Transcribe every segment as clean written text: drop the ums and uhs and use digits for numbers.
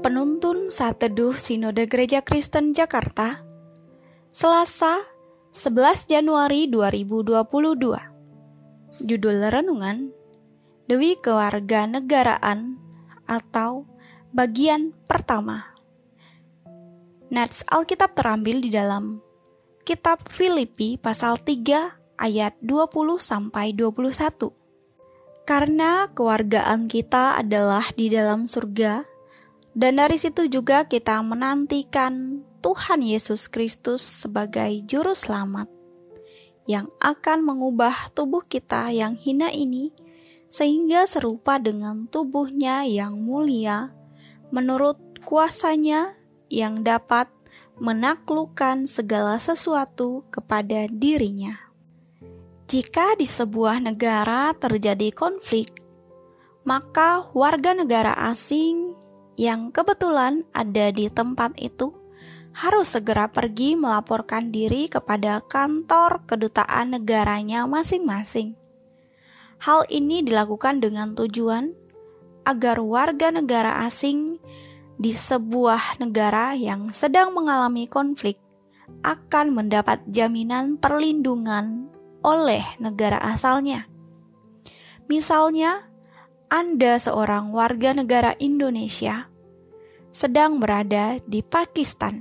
Penuntun Saat Teduh Sinode Gereja Kristen Jakarta, Selasa, 11 Januari 2022. Judul renungan, Dewi Kewarganegaraan atau bagian pertama. Nats Alkitab terambil di dalam Kitab Filipi pasal 3 ayat 20-21. Karena kewargaan kita adalah di dalam surga, dan dari situ juga kita menantikan Tuhan Yesus Kristus sebagai Juru Selamat yang akan mengubah tubuh kita yang hina ini sehingga serupa dengan tubuhnya yang mulia menurut kuasanya yang dapat menaklukkan segala sesuatu kepada dirinya. Jika di sebuah negara terjadi konflik, maka warga negara asing yang kebetulan ada di tempat itu harus segera pergi melaporkan diri kepada kantor kedutaan negaranya masing-masing. Hal ini dilakukan dengan tujuan agar warga negara asing di sebuah negara yang sedang mengalami konflik akan mendapat jaminan perlindungan oleh negara asalnya. Misalnya, Anda seorang warga negara Indonesia sedang berada di Pakistan,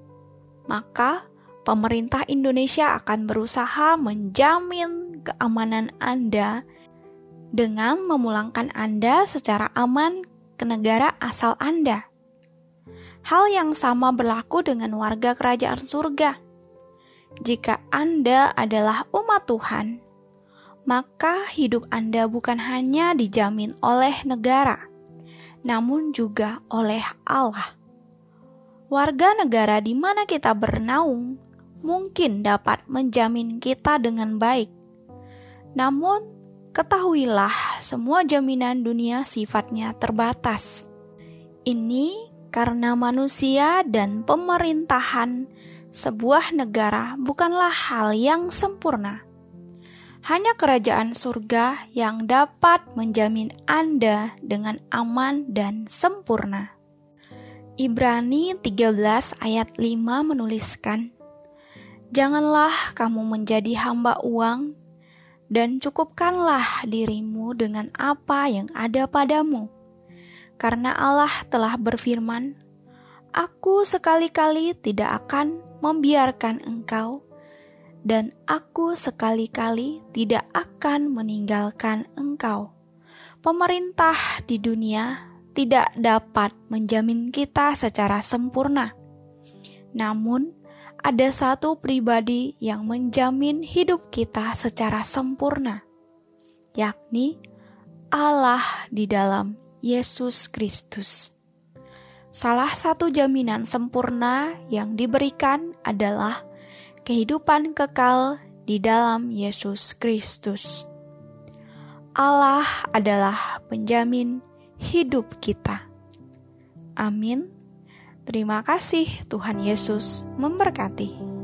maka pemerintah Indonesia akan berusaha menjamin keamanan Anda dengan memulangkan Anda secara aman ke negara asal Anda. Hal yang sama berlaku dengan warga kerajaan surga. Jika Anda adalah umat Tuhan, maka hidup Anda bukan hanya dijamin oleh negara, namun juga oleh Allah. Warga negara di mana kita bernaung mungkin dapat menjamin kita dengan baik. Namun, ketahuilah semua jaminan dunia sifatnya terbatas. Ini karena manusia dan pemerintahan sebuah negara bukanlah hal yang sempurna. Hanya kerajaan surga yang dapat menjamin Anda dengan aman dan sempurna. Ibrani 13 ayat 5 menuliskan, "Janganlah kamu menjadi hamba uang, dan cukupkanlah dirimu dengan apa yang ada padamu. Karena Allah telah berfirman, Aku sekali-kali tidak akan membiarkan engkau, dan aku sekali-kali tidak akan meninggalkan engkau." Pemerintah di dunia tidak dapat menjamin kita secara sempurna. Namun, ada satu pribadi yang menjamin hidup kita secara sempurna, yakni Allah di dalam Yesus Kristus. Salah satu jaminan sempurna yang diberikan adalah kehidupan kekal di dalam Yesus Kristus. Allah adalah penjamin hidup kita. Amin. Terima kasih, Tuhan Yesus memberkati.